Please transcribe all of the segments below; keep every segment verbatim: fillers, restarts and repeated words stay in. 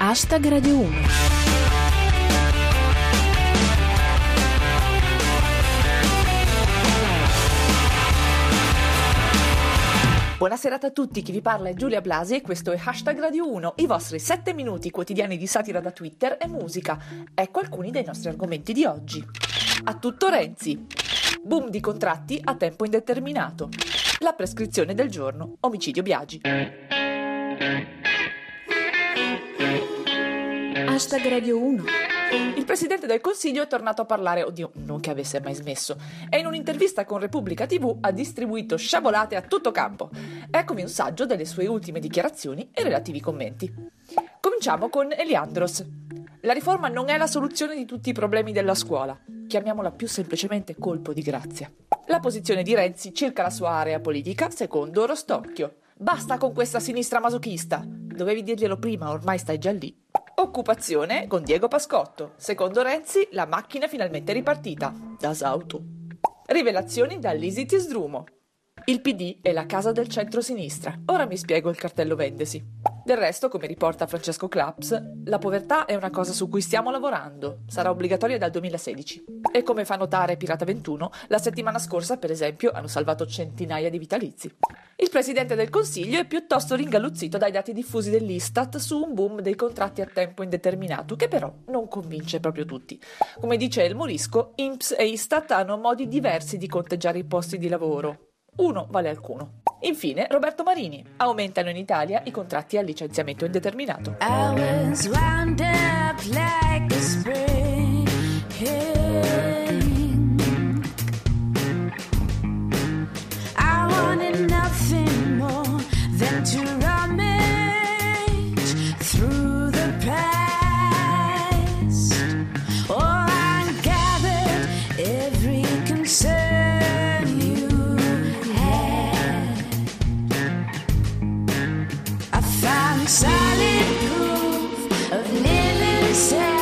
Hashtag Radio uno. Buonasera a tutti, chi vi parla è Giulia Blasi e questo è Hashtag Radio uno, i vostri sette minuti quotidiani di satira da Twitter e musica. Ecco alcuni dei nostri argomenti di oggi. A tutto Renzi. Boom di contratti a tempo indeterminato. La prescrizione del giorno, omicidio Biagi. Hashtag Radio uno. Il Presidente del Consiglio è tornato a parlare, oddio, non che avesse mai smesso, e in un'intervista con Repubblica tivù ha distribuito sciabolate a tutto campo. Eccovi un saggio delle sue ultime dichiarazioni e relativi commenti. Cominciamo con Eliandros. La riforma non è la soluzione di tutti i problemi della scuola. Chiamiamola più semplicemente colpo di grazia. La posizione di Renzi circa la sua area politica, secondo Rostocchio. Basta con questa sinistra masochista. Dovevi dirglielo prima, ormai stai già lì. Occupazione con Diego Pascotto. Secondo Renzi, la macchina è finalmente ripartita. Das Auto. Rivelazioni dall'Easy Tisdrumo. Il P D è la casa del centro-sinistra. Ora mi spiego il cartello vendesi. Del resto, come riporta Francesco Claps, la povertà è una cosa su cui stiamo lavorando. Sarà obbligatoria dal duemilasedici. E come fa notare Pirata ventuno, la settimana scorsa, per esempio, hanno salvato centinaia di vitalizi. Il Presidente del Consiglio è piuttosto ringalluzzito dai dati diffusi dell'Istat su un boom dei contratti a tempo indeterminato, che però non convince proprio tutti. Come dice il Morisco, I N P S e Istat hanno modi diversi di conteggiare i posti di lavoro. Uno vale alcuno. Infine, Roberto Marini. Aumentano in Italia i contratti a licenziamento indeterminato. I was wound up like a spring. I wanted nothing more than to rummage through the past. Oh, I gathered every concern you had. I found solid proof of living sad.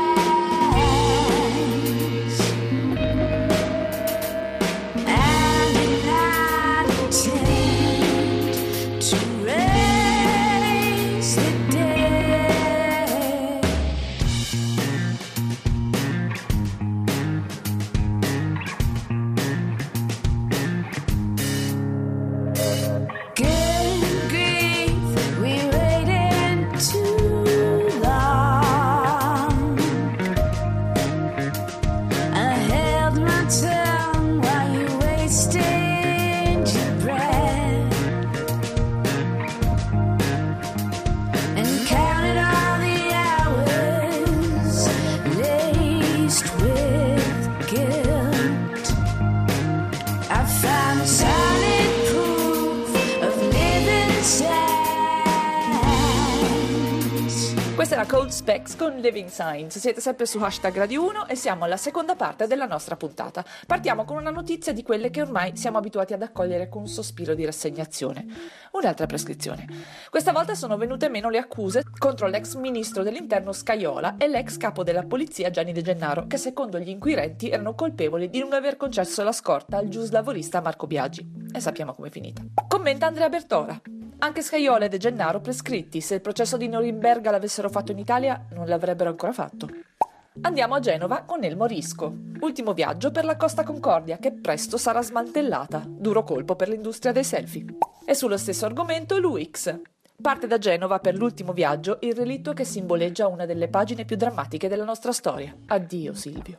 Questa era Cold Specs con Living Signs. Siete sempre su Hashtag Radio uno e siamo alla seconda parte della nostra puntata. Partiamo con una notizia di quelle che ormai siamo abituati ad accogliere con un sospiro di rassegnazione. Un'altra prescrizione. Questa volta sono venute meno le accuse contro l'ex ministro dell'interno Scajola e l'ex capo della polizia Gianni De Gennaro, che secondo gli inquirenti erano colpevoli di non aver concesso la scorta al giuslavorista Marco Biagi. E sappiamo com'è finita. Commenta Andrea Bertora. Anche Scajola e De Gennaro prescritti. Se il processo di Norimberga l'avessero fatto in Italia, non l'avrebbero ancora fatto. Andiamo a Genova con El Morisco. Ultimo viaggio per la Costa Concordia, che presto sarà smantellata. Duro colpo per l'industria dei selfie. E sullo stesso argomento l'U X. Parte da Genova per l'ultimo viaggio il relitto che simboleggia una delle pagine più drammatiche della nostra storia. Addio Silvio.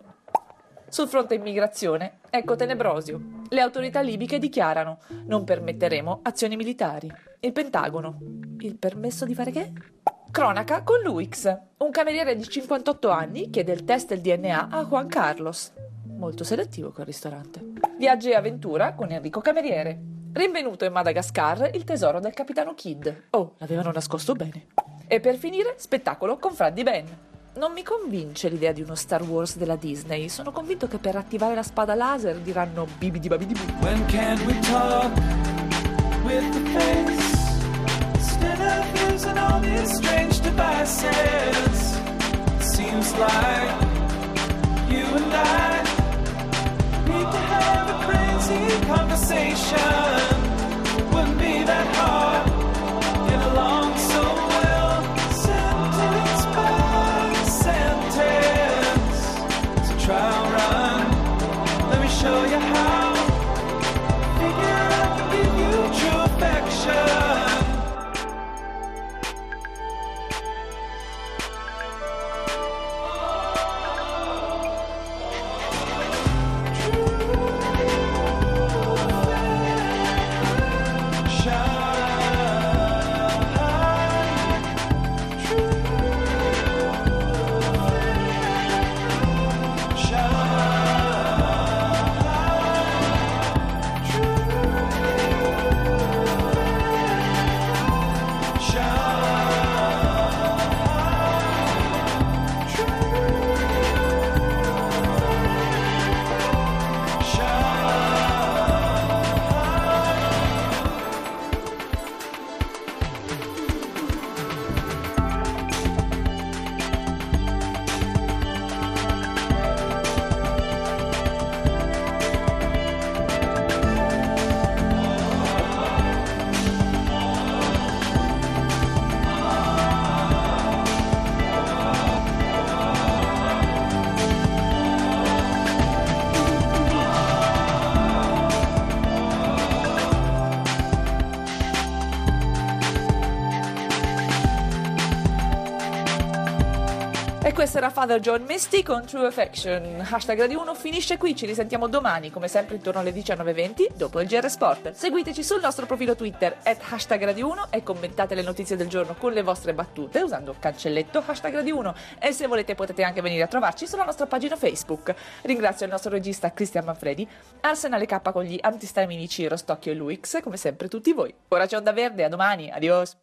Sul fronte immigrazione, ecco Tenebrosio. Le autorità libiche dichiarano: non permetteremo azioni militari. Il Pentagono. Il permesso di fare che? Cronaca con l'U X. Un cameriere di cinquantotto anni chiede il test del D N A a Juan Carlos. Molto selettivo quel ristorante. Viaggi e avventura con Enrico Cameriere. Rinvenuto in Madagascar il tesoro del capitano Kidd. Oh, l'avevano nascosto bene. E per finire, spettacolo con Freddy Ben. Non mi convince l'idea di uno Star Wars della Disney. Sono convinto che per attivare la spada laser diranno bibidi babidi bu. When can we talk with the face instead of using all these strange devices? Seems like you and I need to have a crazy conversation. Wouldn't be that hard. Get along so well. Sentence E questo era Father John Misty con True Affection. Hashtag Radio uno finisce qui, ci risentiamo domani come sempre intorno alle diciannove e venti dopo il G R Sport. Seguiteci sul nostro profilo Twitter at hashtag Radio uno e commentate le notizie del giorno con le vostre battute usando il cancelletto hashtag Radio uno, e se volete potete anche venire a trovarci sulla nostra pagina Facebook. Ringrazio il nostro regista Cristian Manfredi, Arsenale K con gli antistaminici Rostocchio e Luix, come sempre tutti voi. Ora c'è Onda Verde, a domani, adios!